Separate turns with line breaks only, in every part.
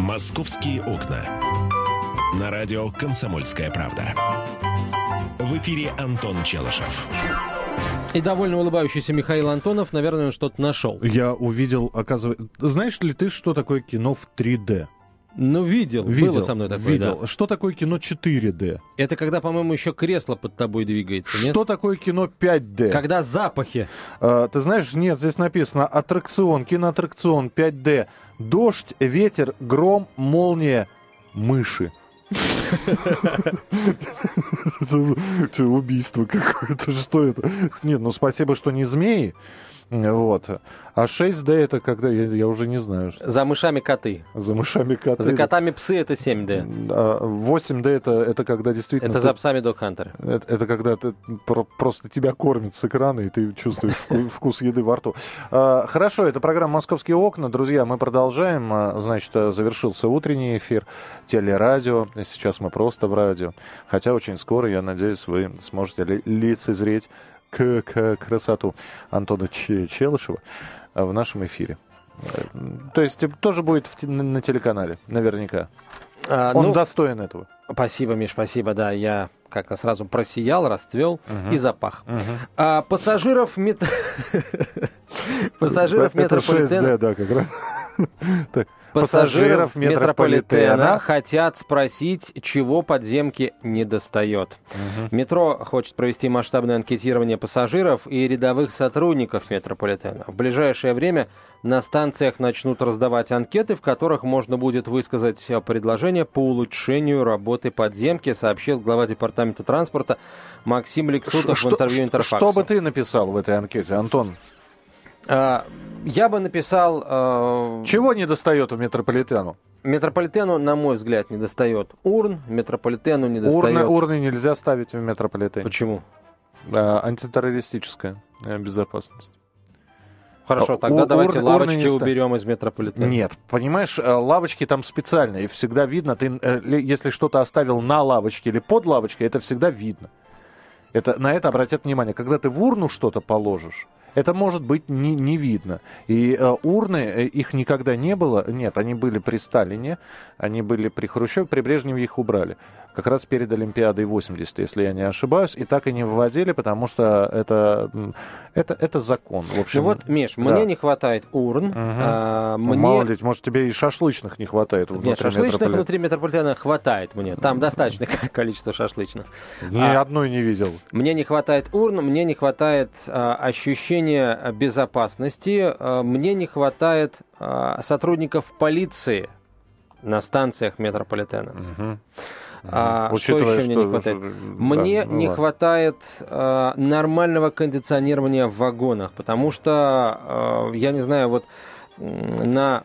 «Московские окна». На радио «Комсомольская правда». В эфире Антон Челышев.
И довольно улыбающийся Михаил Антонов, наверное, он что-то нашел.
Я увидел, оказывается... Знаешь ли ты, что такое кино в 3D?
Ну, видел. Было со мной такое,
видел.
Да.
Что такое кино 4D?
Это когда, по-моему, еще кресло под тобой двигается, нет?
Что такое кино 5D?
Когда запахи.
Ты знаешь, нет, здесь написано аттракцион, киноаттракцион 5D. Дождь, ветер, гром, молния, мыши. Убийство какое-то, что это? Нет, ну спасибо, что не змеи. Вот. А 6D это когда, я уже не знаю.
За мышами коты.
За мышами коты.
За котами псы это 7D.
8D это когда действительно...
Это за псами Dog Hunter.
Это когда просто тебя кормят с экрана, и ты чувствуешь вкус еды во рту. Хорошо, это программа «Московские окна». Друзья, мы продолжаем. Значит, завершился утренний эфир телерадио. Сейчас мы просто в радио. Хотя очень скоро, я надеюсь, вы сможете лицезреть красоту Антона Челышева в нашем эфире. То есть тоже будет на телеканале, наверняка. Он достоин этого.
Спасибо, Миш, спасибо. Да, я как-то сразу просиял, расцвел и запах. Пассажиров метрополитена...
Да, как раз.
Пассажиров метрополитена хотят спросить, чего подземке недостает. Метро хочет провести масштабное анкетирование пассажиров и рядовых сотрудников метрополитена. В ближайшее время на станциях начнут раздавать анкеты, в которых можно будет высказать предложение по улучшению работы подземки, сообщил глава департамента транспорта Максим Лексутов в интервью Интерфаксу.
Что бы ты написал в этой анкете, Антон?
Я бы написал...
Чего недостает в метрополитену?
Метрополитену, на мой взгляд, недостает урн, метрополитену недостает...
Урны нельзя ставить в метрополитене.
Почему?
Антитеррористическая безопасность.
Хорошо, тогда давайте лавочки уберем из метрополитена.
Нет, понимаешь, лавочки там специальные, всегда видно. Ты, если что-то оставил на лавочке или под лавочкой, это всегда видно. На это обратят внимание. Когда ты в урну что-то положишь, это может быть не видно. И урны, их никогда не было. Нет, они были при Сталине, они были при Хрущеве, при Брежневе их убрали. Как раз перед Олимпиадой 80, если я не ошибаюсь. И так и не вводили, потому что это закон. В общем,
ну вот, Миш, мне не хватает урн.
Мало ли, может, тебе и шашлычных не хватает внутри метрополитена.
Шашлычных внутри метрополитена хватает мне. Там достаточное количество шашлычных.
Ни одной не видел.
Мне не хватает урн, мне не хватает ощущения безопасности, мне не хватает сотрудников полиции на станциях метрополитена. Что еще мне не хватает? Мне не хватает нормального кондиционирования в вагонах, потому что, я не знаю, вот на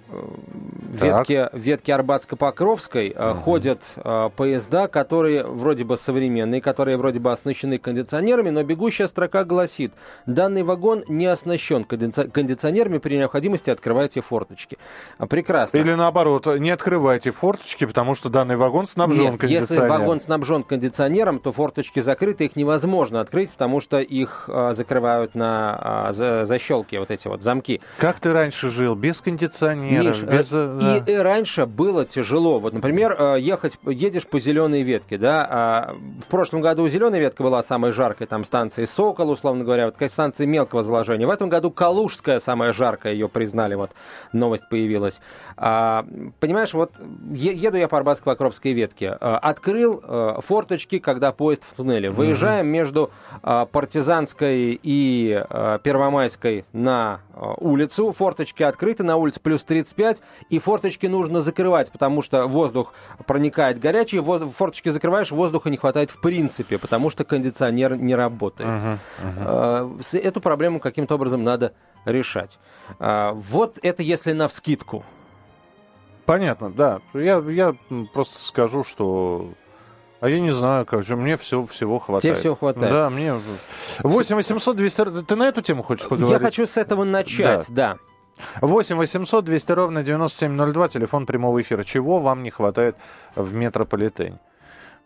ветке Арбатско-Покровской ходят поезда, которые вроде бы современные, которые вроде бы оснащены кондиционерами, но бегущая строка гласит: данный вагон не оснащен кондиционерами, при необходимости открывайте форточки. Прекрасно.
Или наоборот, не открывайте форточки, потому что данный вагон снабжен кондиционером.
Если вагон снабжен кондиционером, то форточки закрыты, их невозможно открыть, потому что их закрывают на защелки, вот эти вот замки.
Как ты раньше жил? Без кондиционера,
Миш, и раньше было тяжело. Вот, например, едешь по зеленой ветке, да, в прошлом году зеленая ветка была самой жаркой, там станции Сокол, условно говоря, вот станции мелкого заложения. В этом году Калужская самая жаркая, ее признали, вот новость появилась. Понимаешь, вот еду я по Арбатско-Покровской ветке, открыл форточки, когда поезд в туннеле. Выезжаем между Партизанской и Первомайской на улицу, форточки открыты, на улице плюс 35, и форточки нужно закрывать, потому что воздух проникает горячий, форточки закрываешь, воздуха не хватает в принципе, потому что кондиционер не работает. Эту проблему каким-то образом надо решать. Вот это если навскидку.
Понятно, да. Я просто скажу, что... А я не знаю, как же, мне всего хватает.
Тебе всего хватает?
Да, мне... 8 800 200... Ты на эту тему хочешь поговорить?
Я хочу с этого начать, да.
8 800 200 ровно 9702, телефон прямого эфира. Чего вам не хватает в метрополитене?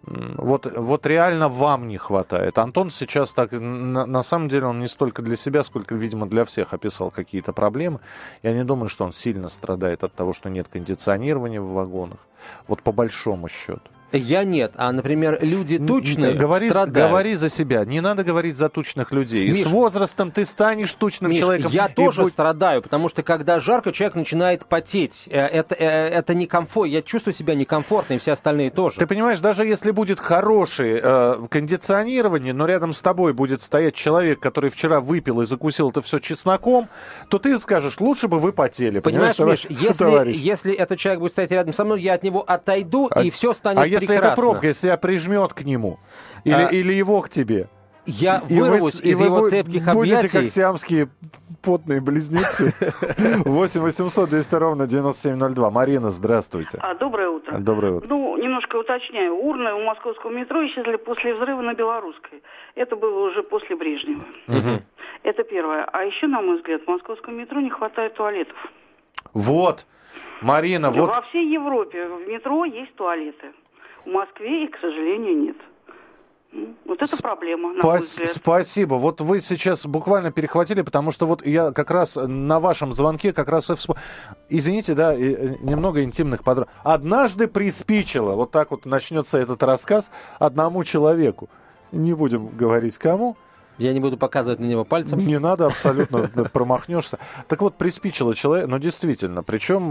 Вот реально вам не хватает. Антон сейчас так, на самом деле, он не столько для себя, сколько, видимо, для всех описал какие-то проблемы. Я не думаю, что он сильно страдает от того, что нет кондиционирования в вагонах. Вот по большому счету.
Я нет, а, например, люди тучные страдают.
Говори за себя, не надо говорить за тучных людей.
Миш,
и с возрастом ты станешь тучным
Миш,
человеком.
Я тоже страдаю, потому что когда жарко, человек начинает потеть. Это некомфорт, я чувствую себя некомфортно, и все остальные тоже.
Ты понимаешь, даже если будет хорошее кондиционирование, но рядом с тобой будет стоять человек, который вчера выпил и закусил это все чесноком, то ты скажешь, лучше бы вы потели.
Понимаешь, Миш, если этот человек будет стоять рядом со мной, я от него отойду, и все станет прекрасно.
Если это пробка, если тебя прижмет к нему, или его к тебе.
Я вырвусь из его цепких объятий.
Будете как сиамские потные близнецы. 8 800 200 ровно 9702. Марина, здравствуйте.
Доброе утро.
Доброе утро.
Немножко уточняю. Урны у московского метро исчезли после взрыва на Белорусской. Это было уже после Брежнева.
Угу.
Это первое. А еще, на мой взгляд, в московском метро не хватает туалетов.
Вот, Марина, вот...
Во всей Европе в метро есть туалеты. В Москве их, к сожалению, нет. Вот это проблема, на мой взгляд.
Спасибо. Вот вы сейчас буквально перехватили, потому что вот я как раз на вашем звонке как раз и вспомнил. Извините, да, немного интимных подробностей. Однажды приспичило, вот так вот начнется этот рассказ, одному человеку. Не будем говорить кому.
Я не буду показывать на него пальцем.
Не надо, абсолютно промахнешься. Так вот, приспичило человек, но действительно, причем,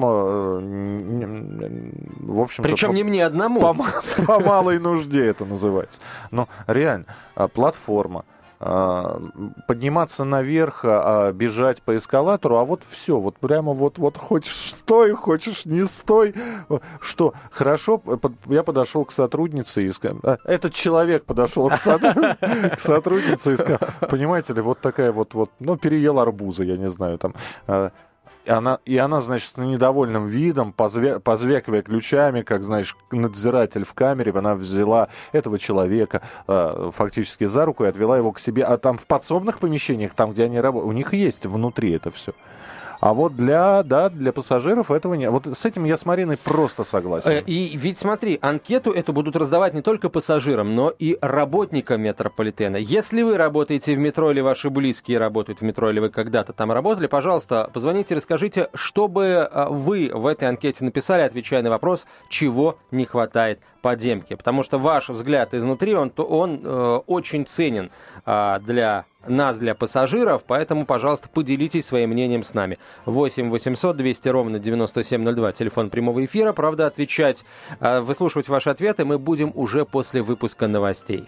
в общем-то...
Причем не мне одному.
По малой нужде это называется. Но реально, платформа, подниматься наверх, бежать по эскалатору, а вот все, вот прямо вот хочешь стой, хочешь не стой. Что, хорошо, я подошел к сотруднице и сказал, этот человек подошел к сотруднице и сказал, понимаете ли, вот такая вот, переел арбуза, я не знаю, там... И она, значит, с недовольным видом, позвякивая ключами, как, знаешь, надзиратель в камере, она взяла этого человека фактически за руку и отвела его к себе. А там в подсобных помещениях, там, где они работают, у них есть внутри это все. А вот для пассажиров этого нет. Вот с этим я с Мариной просто согласен.
И ведь смотри, анкету эту будут раздавать не только пассажирам, но и работникам метрополитена. Если вы работаете в метро, или ваши близкие работают в метро, или вы когда-то там работали, пожалуйста, позвоните, расскажите, что бы вы в этой анкете написали, отвечая на вопрос, чего не хватает подземки. Потому что ваш взгляд изнутри, он очень ценен для нас, для пассажиров, поэтому, пожалуйста, поделитесь своим мнением с нами. 8 800 200 ровно 9702, телефон прямого эфира. Правда, отвечать, выслушивать ваши ответы мы будем уже после выпуска новостей.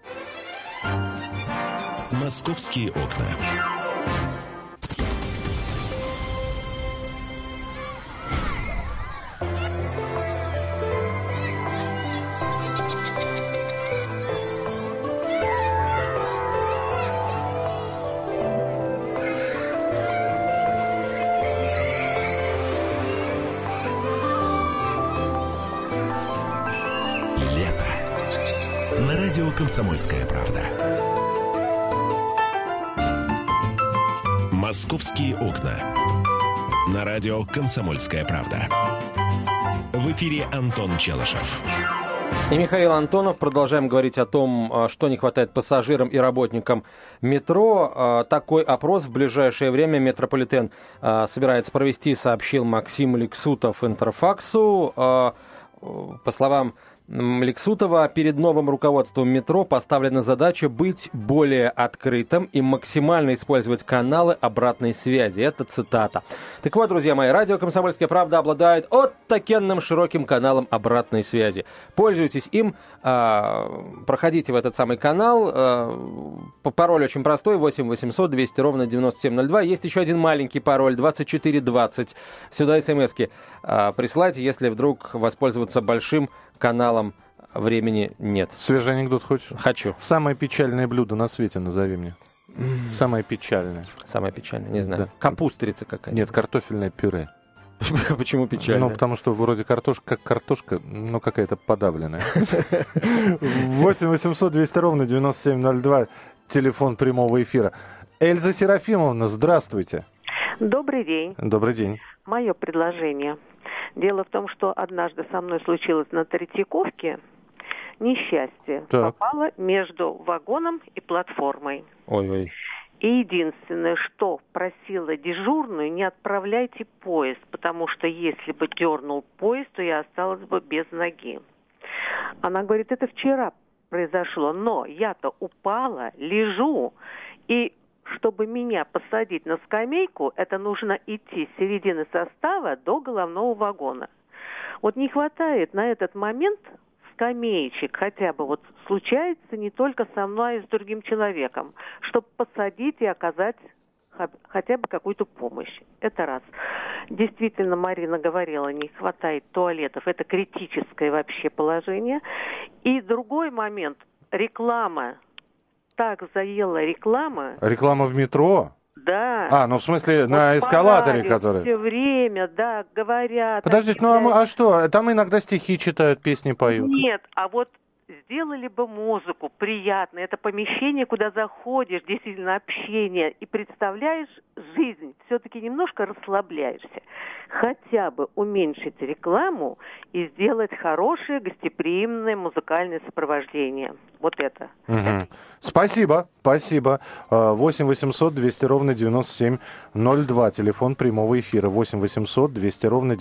«Московские окна». На радио «Комсомольская правда». «Московские окна». На радио «Комсомольская правда». В эфире Антон Челышев.
И Михаил Антонов. Продолжаем говорить о том, что не хватает пассажирам и работникам метро. Такой опрос в ближайшее время метрополитен собирается провести, сообщил Максим Лексутов Интерфаксу. По словам Лексутова, перед новым руководством метро поставлена задача быть более открытым и максимально использовать каналы обратной связи. Это цитата. Так вот, друзья мои, радио «Комсомольская правда» обладает оттакенным широким каналом обратной связи. Пользуйтесь им, проходите в этот самый канал. Пароль очень простой, 8 800 200 ровно 9702. Есть еще один маленький пароль, 2420. Сюда смски присылайте, если вдруг воспользоваться большим каналом времени нет.
Свежий анекдот хочешь?
Хочу.
Самое печальное блюдо на свете назови мне. Самое печальное.
Самое печальное, не знаю.
Да.
Капустрица какая-то.
Нет, картофельное пюре.
Почему печальное?
Потому что вроде картошка, но какая-то подавленная. 8 800 200 ровно 9702. Телефон прямого эфира. Эльза Серафимовна, здравствуйте.
Добрый день.
Добрый день.
Мое предложение. Дело в том, что однажды со мной случилось на Третьяковке. несчастье.
Так.
Попала между вагоном и платформой.
Ой-ой.
И единственное, что просила дежурную, не отправляйте поезд, потому что если бы дернул поезд, то я осталась бы без ноги. Она говорит, это вчера произошло, но я-то упала, лежу, и чтобы меня посадить на скамейку, это нужно идти с середины состава до головного вагона. Вот не хватает на этот момент скамеечек, хотя бы вот случается не только со мной, а и с другим человеком, чтобы посадить и оказать хотя бы какую-то помощь. Это раз. Действительно, Марина говорила, не хватает туалетов. Это критическое вообще положение. И другой момент. Реклама. Так заела реклама.
Реклама в метро?
Да.
Ну в смысле на эскалаторе,
по
который...
все время, да, говорят.
Подождите, а что? Там иногда стихи читают, песни поют.
Нет, а вот сделали бы музыку приятно. Это помещение, куда заходишь, действительно общение, и представляешь жизнь, все-таки немножко расслабляешься. Хотя бы уменьшить рекламу и сделать хорошее гостеприимное музыкальное сопровождение. Вот это.
Спасибо. 8 800 200 ровно 9702. Телефон прямого эфира. 8 800 200 ровно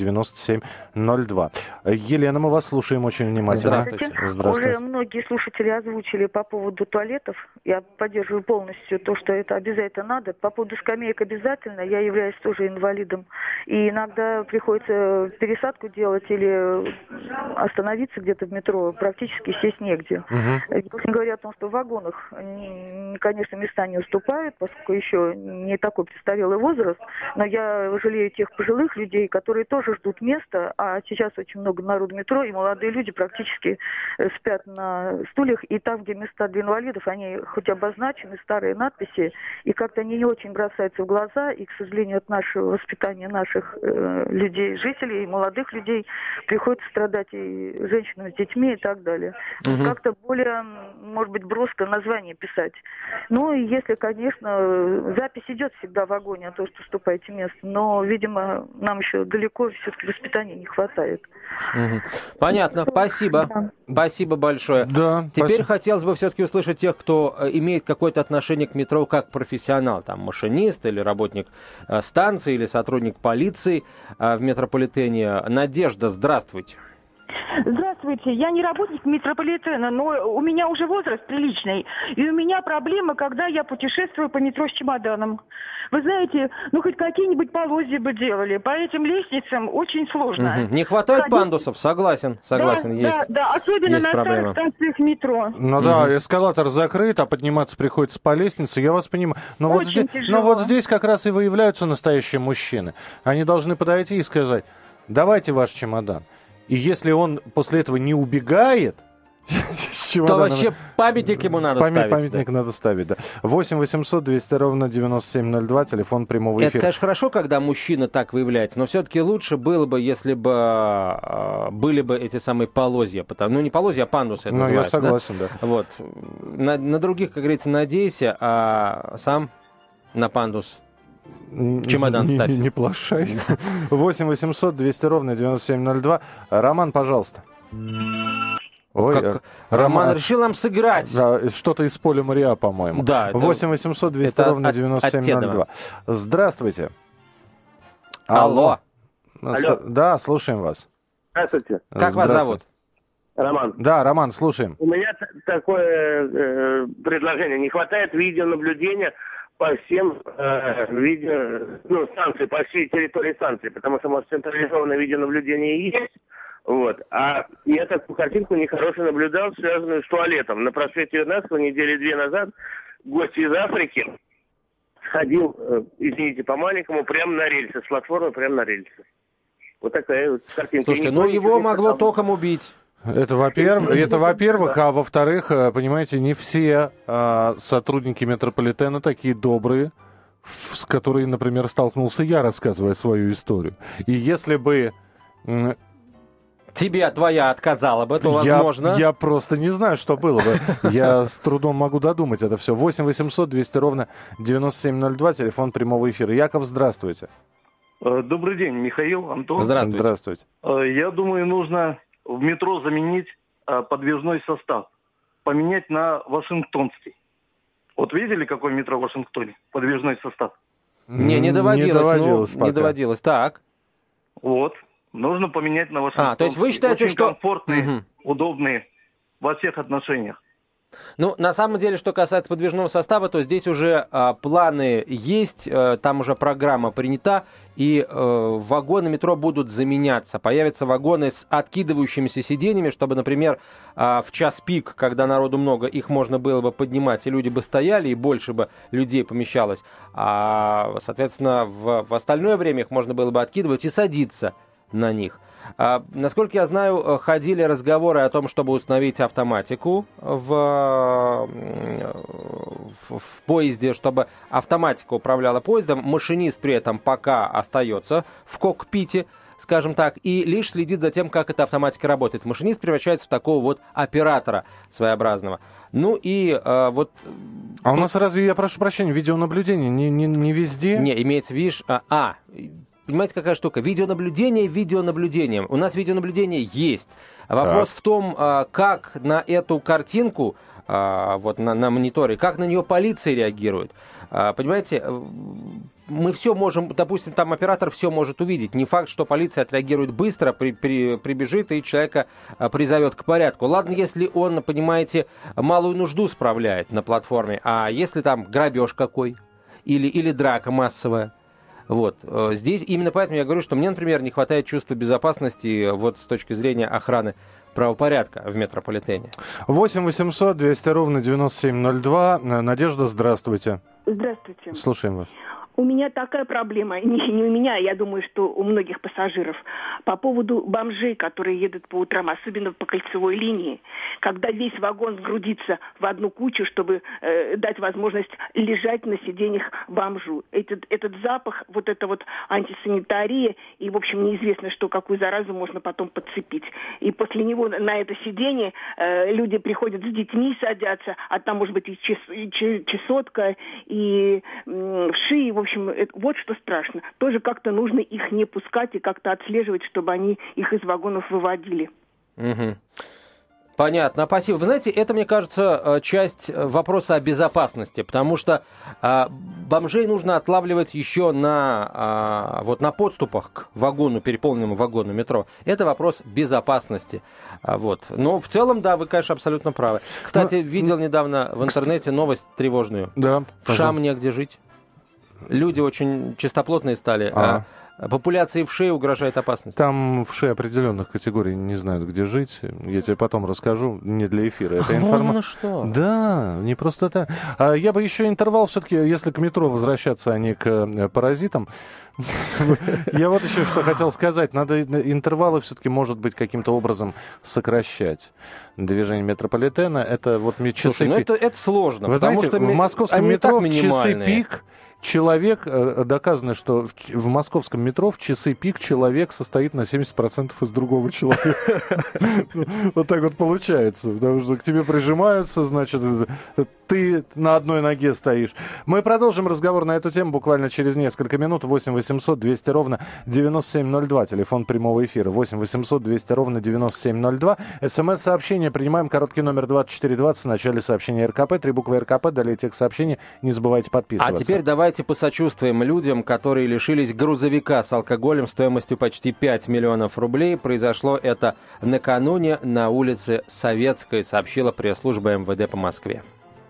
9702. Елена, мы вас слушаем очень внимательно.
Здравствуйте.
Уже многие слушатели озвучили по поводу туалетов. Я поддерживаю полностью то, что это обязательно надо. По поводу скамеек обязательно. Я являюсь тоже инвалидом. И иногда приходится пересадку делать или остановиться где-то в метро. Практически сесть негде. Не говоря о том, что в вагонах, конечно, места не уступают, поскольку еще не такой престарелый возраст, но я жалею тех пожилых людей, которые тоже ждут места, а сейчас очень много народу в метро, и молодые люди практически спят на стульях, и там, где места для инвалидов, они хоть обозначены, старые надписи, и как-то они не очень бросаются в глаза, и, к сожалению, от нашего воспитания наших людей, жителей, молодых людей, приходится страдать и женщинам с детьми и так далее. Как-то более, может быть, броско название писать. Ну, и если, конечно, запись идет всегда в вагоне о том, что уступаете место, но, видимо, нам еще далеко все-таки воспитания не хватает.
Понятно, спасибо. Да. Спасибо большое.
Да,
Теперь
спасибо.
хотелось бы все-таки услышать тех, кто имеет какое-то отношение к метро как профессионал, там, машинист или работник станции, или сотрудник полиции в метрополитене. Надежда, здравствуйте.
Здравствуйте, я не работник метрополитена, но у меня уже возраст приличный, и у меня проблема, когда я путешествую по метро с чемоданом. Вы знаете, хоть какие-нибудь полозья бы делали, по этим лестницам очень сложно.
Не хватает пандусов, согласен,
да,
есть.
Да, особенно
есть
на
проблема.
старых станциях метро.
Ну да, эскалатор закрыт, а подниматься приходится по лестнице, я вас понимаю. Но вот здесь как раз и выявляются настоящие мужчины. Они должны подойти и сказать, давайте ваш чемодан. И если он после этого не убегает,
то вообще памятник ему надо ставить.
Памятник надо ставить, да. 8 800 200 ровно 9702, телефон прямого эфира.
Это, конечно, хорошо, когда мужчина так выявляется, но все-таки лучше было бы, если бы были бы эти самые полозья. Не полозья, а пандусы это называется.
Я согласен, да.
Вот. На других, как говорится, надейся, а сам на пандус чемодан ставь.
Не плашай. 8 800 200 ровно 9702. Роман, пожалуйста.
Роман решил нам сыграть.
Да, что-то из поля Мариа, по-моему.
Да.
8 800 200 ровно 9702. Здравствуйте.
Алло.
Да, слушаем вас.
Здравствуйте.
Как вас зовут?
Роман.
Да, Роман, слушаем.
У меня такое предложение. Не хватает видеонаблюдения по всем станции, по всей территории станции, потому что, может, централизованное видеонаблюдение есть, вот. А я такую картинку нехорошую наблюдал, связанную с туалетом. На проспекте Вернадского недели 2 назад гость из Африки ходил, по-маленькому, прямо на рельсы, с платформы прямо на рельсы. Вот такая вот картинка.
Слушайте, его могло током убить.
Это во-первых, а во-вторых, понимаете, не все сотрудники метрополитена такие добрые, с которыми, например, столкнулся я, рассказывая свою историю. И если бы...
Тебе твоя отказала бы, то возможно...
Я просто не знаю, что было бы. Я с трудом могу додумать это все. 8 800 200 ровно 9702, телефон прямого эфира. Яков, здравствуйте.
Добрый день, Михаил, Антон.
Здравствуйте.
Здравствуйте.
Я думаю, нужно в метро заменить подвижной состав, поменять на Вашингтонский. Вот видели, какой метро в Вашингтоне? Подвижной состав.
Не доводилось. Не доводилось. Так.
Вот. Нужно поменять на Вашингтонский.
То есть вы считаете,
очень комфортные, удобные во всех отношениях.
Ну, на самом деле, что касается подвижного состава, то здесь уже планы есть, там уже программа принята, и вагоны метро будут заменяться. Появятся вагоны с откидывающимися сиденьями, чтобы, например, в час пик, когда народу много, их можно было бы поднимать, и люди бы стояли, и больше бы людей помещалось. А, соответственно, в остальное время их можно было бы откидывать и садиться на них. Насколько я знаю, ходили разговоры о том, чтобы установить автоматику в поезде, чтобы автоматика управляла поездом. Машинист при этом пока остается в кокпите, скажем так, и лишь следит за тем, как эта автоматика работает. Машинист превращается в такого вот оператора своеобразного. Ну и вот...
А у нас разве, я прошу прощения, видеонаблюдение не везде?
Не, имеется в виду... Понимаете, какая штука? Видеонаблюдение видеонаблюдением. У нас видеонаблюдение есть. Вопрос в том, как на эту картинку, вот на мониторе, как на нее полиция реагирует. Понимаете, мы все можем, допустим, там оператор все может увидеть. Не факт, что полиция отреагирует быстро, прибежит и человека призовет к порядку. Ладно, если он, понимаете, малую нужду справляет на платформе, а если там грабеж какой или драка массовая. Вот. Здесь именно поэтому я говорю, что мне, например, не хватает чувства безопасности вот с точки зрения охраны правопорядка в метрополитене. 8 800 200 ровно 9702.
Надежда, здравствуйте.
Здравствуйте.
Слушаем вас.
У меня такая проблема, не у меня, я думаю, что у многих пассажиров, по поводу бомжей, которые едут по утрам, особенно по кольцевой линии, когда весь вагон сгрудится в одну кучу, чтобы дать возможность лежать на сиденьях бомжу. Этот запах, вот эта вот антисанитария, и, в общем, неизвестно, что, какую заразу можно потом подцепить. И после него на это сиденье люди приходят с детьми, садятся, а там, может быть, и чесотка, и вши, и, в общем, вот что страшно. Тоже как-то нужно их не пускать и как-то отслеживать, чтобы они их из вагонов выводили.
Угу. Понятно, спасибо. Вы знаете, это, мне кажется, часть вопроса о безопасности, потому что бомжей нужно отлавливать еще на подступах к вагону, переполненному вагону метро. Это вопрос безопасности. Вот. Но в целом, да, вы, конечно, абсолютно правы. Кстати, видел недавно в интернете новость тревожную.
Да.
Вшам негде жить. Люди очень чистоплотные стали, а популяции вшей угрожает опасность.
Там вши определенных категорий не знают, где жить. Я тебе потом расскажу, не для эфира. Это
информация. Что?
Да, не просто так. Я бы еще интервал все-таки, если к метро возвращаться, а не к паразитам. Я вот еще что хотел сказать. Надо интервалы все-таки, может быть, каким-то образом сокращать. Движение метрополитена, это вот часы...
Слушай, это сложно.
Вы знаете, в московском метро в часы пик человек, доказано, что в московском метро в часы пик человек состоит на 70% из другого человека. Вот так вот получается. Потому что к тебе прижимаются, значит, ты на одной ноге стоишь. Мы продолжим разговор на эту тему буквально через несколько минут. 8 800 200 ровно 9702. Телефон прямого эфира. 8 800 200 ровно 9702. СМС-сообщение принимаем. Короткий номер 2420. В начале сообщения РКП. 3 буквы РКП. Далее текст сообщения. Не забывайте подписываться.
А теперь давайте посочувствуем людям, которые лишились грузовика с алкоголем стоимостью почти 5 миллионов рублей. Произошло это накануне на улице Советской, сообщила пресс-служба МВД по Москве.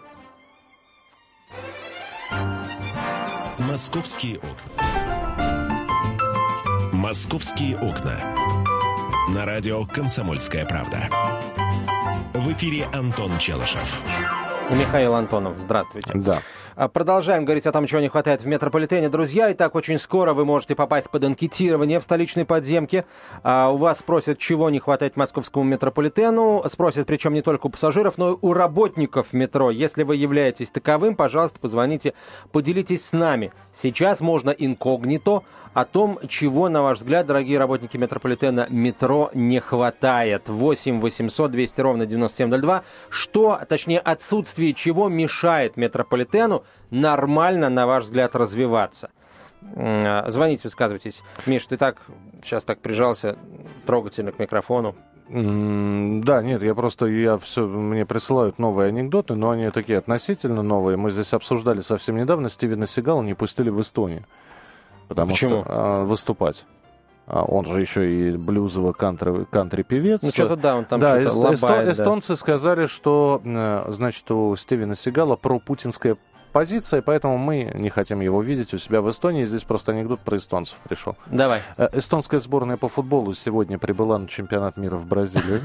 Московские окна. Московские окна. На радио «Комсомольская правда». В эфире Антон Челышев.
Михаил Антонов, здравствуйте.
Да.
Продолжаем говорить о том, чего не хватает в метрополитене. Друзья, итак, очень скоро вы можете попасть под анкетирование в столичной подземке. У вас спросят, чего не хватает московскому метрополитену. Спросят, причем не только у пассажиров, но и у работников метро. Если вы являетесь таковым, пожалуйста, позвоните, поделитесь с нами. Сейчас можно инкогнито о том, чего, на ваш взгляд, дорогие работники метрополитена, метро не хватает. 8 800 200 ровно 9702. Что, точнее, отсутствие чего мешает метрополитену нормально, на ваш взгляд, развиваться? Звоните, высказывайтесь. Миш, ты сейчас так прижался трогательно к микрофону.
Да, нет, мне присылают новые анекдоты, но они такие относительно новые. Мы здесь обсуждали совсем недавно, Стивена Сигала не пустили в Эстонию.
Почему?
Что выступать. Он же еще и блюзово-кантри-певец.
Ну, что-то да, он там что-то лобает.
Эстонцы сказали, что, значит, у Стивена Сигала пропутинская позиция, поэтому мы не хотим его видеть у себя в Эстонии. Здесь просто анекдот про эстонцев пришел.
Давай.
Эстонская сборная по футболу сегодня прибыла на чемпионат мира в Бразилию.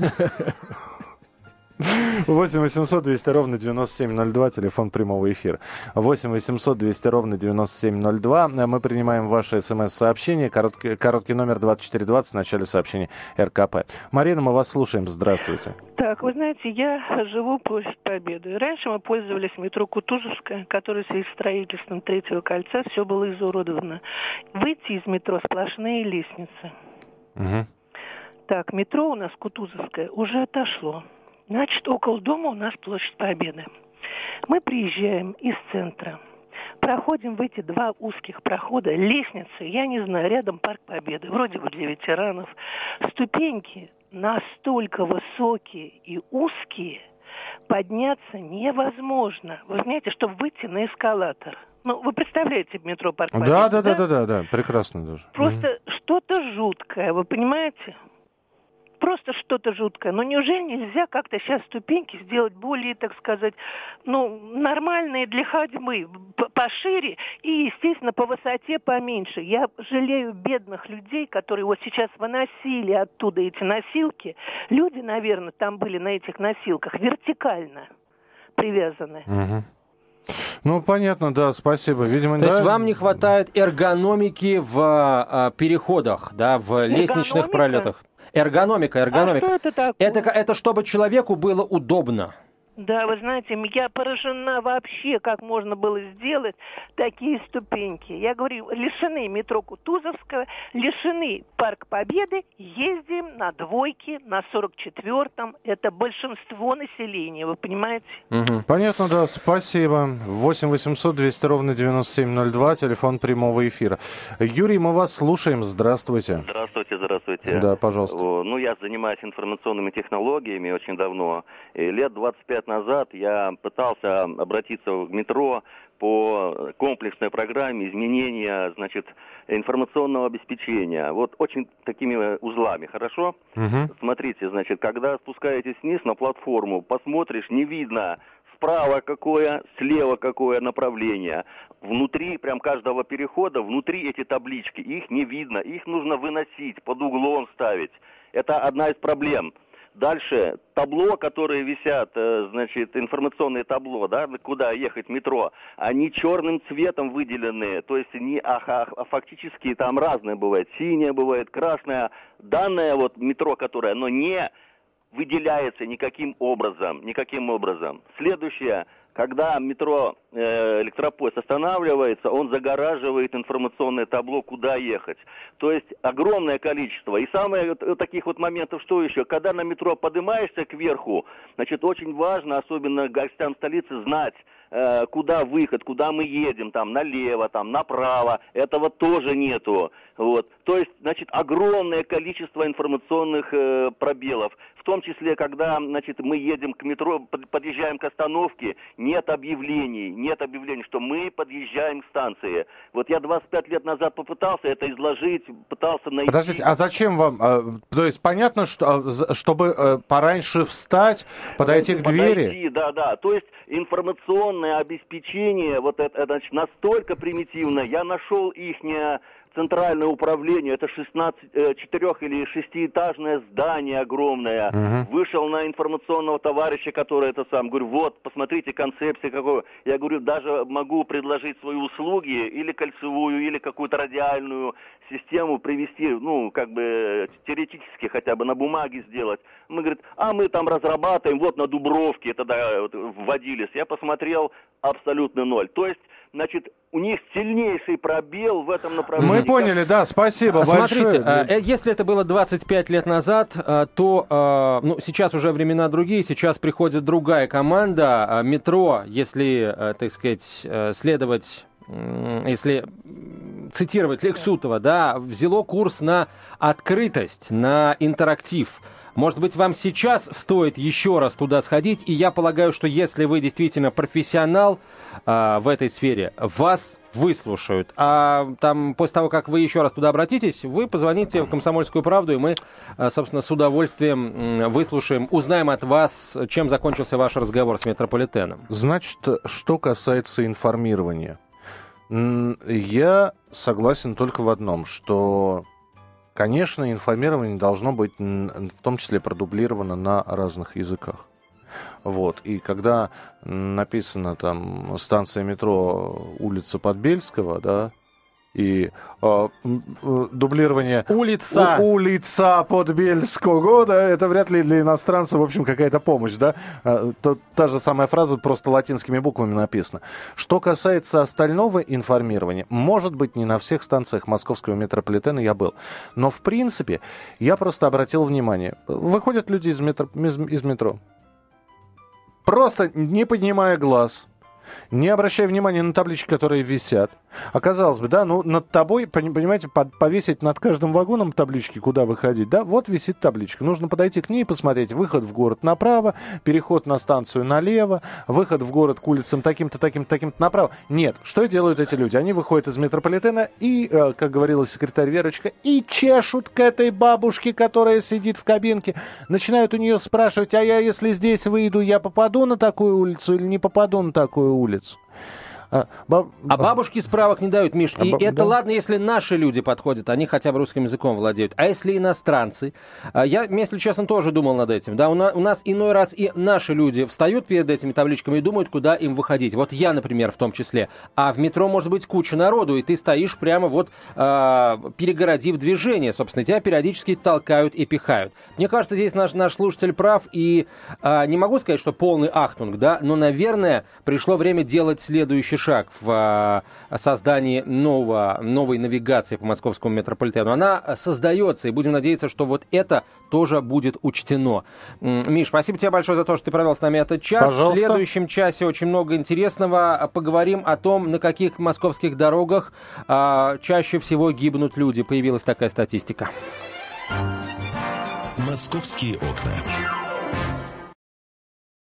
8 800 200 ровно 9702, телефон прямого эфира. 8 800 200 ровно 9702. Мы принимаем ваши смс-сообщения. Короткий номер 2420 в начале сообщения РКП. Марина, мы вас слушаем. Здравствуйте.
Так, вы знаете, я живу в Площадь Победы. Раньше мы пользовались метро Кутузовская, которое в связи с строительством Третьего кольца все было изуродовано. Выйти из метро сплошные лестницы.
Угу.
Так, метро у нас Кутузовская уже отошло. Значит, около дома у нас Площадь Победы. Мы приезжаем из центра, проходим в эти два узких прохода, лестницы, я не знаю, рядом Парк Победы, вроде бы для ветеранов. Ступеньки настолько высокие и узкие, подняться невозможно. Вы знаете, чтобы выйти на эскалатор. Ну, вы представляете метро Парк Победы?
Да, прекрасно даже.
Просто что-то жуткое, вы понимаете? Просто что-то жуткое. Но неужели нельзя как-то сейчас ступеньки сделать более, так сказать, нормальные для ходьбы, пошире и, естественно, по высоте поменьше? Я жалею бедных людей, которые вот сейчас выносили оттуда эти носилки. Люди, наверное, там были на этих носилках вертикально привязаны.
Угу. Ну, понятно, да, спасибо. Видимо,
То есть вам не хватает эргономики в переходах, да, в лестничных пролетах? Эргономика.
А что это такое?
Это чтобы человеку было удобно.
Да, вы знаете, я поражена вообще, как можно было сделать такие ступеньки. Я говорю, лишены метро Кутузовского, лишены Парк Победы, ездим на двойке, на 44-м. Это большинство населения, вы понимаете?
Угу. Понятно, да, спасибо. 8 800 200 ровно 9702, телефон прямого эфира. Юрий, мы вас слушаем. Здравствуйте.
Здравствуйте.
Да, пожалуйста.
Я занимаюсь информационными технологиями очень давно. И лет 25 назад я пытался обратиться в метро по комплексной программе изменения, информационного обеспечения. Вот очень такими узлами, хорошо?
Угу.
Смотрите, когда спускаетесь вниз на платформу, посмотришь, не видно справа какое, слева какое направление. Внутри прям каждого перехода, внутри эти таблички, их не видно, их нужно выносить, под углом ставить. Это одна из проблем. Дальше табло, которые висят, информационные табло, да, куда ехать метро, они черным цветом выделены, то есть фактически там разное бывает, синее бывает, красное. Данное метро, которое, оно не выделяется никаким образом. Следующее. Когда метро электропоезд останавливается, он загораживает информационное табло, куда ехать. То есть огромное количество. И самое таких моментов, что еще? Когда на метро поднимаешься кверху, очень важно, особенно гостям столицы, знать, куда выход, куда мы едем, там налево, там направо. Этого тоже нету. То есть, огромное количество информационных пробелов. В том числе, когда, мы едем к метро, подъезжаем к остановке, нет объявлений, что мы подъезжаем к станции. Я 25 лет назад попытался это изложить, пытался найти...
Подождите, а зачем вам... То есть понятно, что чтобы пораньше встать, подойти к двери?
Да. То есть информационное обеспечение, это настолько примитивное. Я нашел ихнее центральное управление, это 4- или 6-этажное здание огромное.
Угу.
Вышел на информационного товарища, который говорю, посмотрите, концепция какой. Я говорю, даже могу предложить свои услуги, или кольцевую, или какую-то радиальную систему привести, теоретически хотя бы на бумаге сделать. Мы, говорит, мы там разрабатываем, на Дубровке тогда вводились. Я посмотрел, абсолютно ноль. То есть, у них сильнейший пробел в этом направлении.
Мы поняли, да, спасибо большое.
Смотрите, если это было 25 лет назад, то сейчас уже времена другие, сейчас приходит другая команда. Метро, если, так сказать, если цитировать Лексутова, да, взяло курс на открытость, на интерактив. Может быть, вам сейчас стоит еще раз туда сходить, и я полагаю, что если вы действительно профессионал в этой сфере, вас выслушают. А там после того, как вы еще раз туда обратитесь, вы позвоните в «Комсомольскую правду», и мы, собственно, с удовольствием выслушаем, узнаем от вас, чем закончился ваш разговор с метрополитеном.
Значит, что касается информирования, я согласен только в одном, что, конечно, информирование должно быть в том числе продублировано на разных языках. Вот. И когда написано там станция метро, улица Подбельского, да, и дублирование улица Подбельского, да, это вряд ли для иностранца, в общем, какая-то помощь, да. Та же самая фраза, просто латинскими буквами написана. Что касается остального информирования, может быть, не на всех станциях московского метрополитена я был, но, в принципе, я просто обратил внимание. Выходят люди из метро. Просто не поднимая глаз, не обращая внимания на таблички, которые висят. А казалось бы, да, ну над тобой, понимаете, повесить над каждым вагоном таблички, куда выходить, да, вот висит табличка. Нужно подойти к ней и посмотреть. Выход в город направо, переход на станцию налево, выход в город к улицам таким-то, таким-то, таким-то направо. Нет, что делают эти люди? Они выходят из метрополитена и, как говорила секретарь Верочка, и чешут к этой бабушке, которая сидит в кабинке. Начинают у нее спрашивать, а я, если здесь выйду, я попаду на такую улицу или не попаду на такую улицу? А
бабушки справок не дают, Миш. И это
да.
Ладно, если наши люди подходят, они хотя бы русским языком владеют. А если иностранцы? Я, если честно, тоже думал над этим. Да, у нас иной раз и наши люди встают перед этими табличками и думают, куда им выходить. Вот я, например, в том числе. А в метро может быть куча народу, и ты стоишь прямо вот перегородив движение. Собственно, тебя периодически толкают и пихают. Мне кажется, здесь наш слушатель прав. И не могу сказать, что полный ахтунг, да, но, наверное, пришло время делать следующий шаг в создании новой навигации по московскому метрополитену. Она создается, и будем надеяться, что вот это тоже будет учтено. Миш, спасибо тебе большое за то, что ты провел с нами этот час.
Пожалуйста.
В следующем часе очень много интересного. Поговорим о том, на каких московских дорогах чаще всего гибнут люди. Появилась такая статистика.
«Московские окна».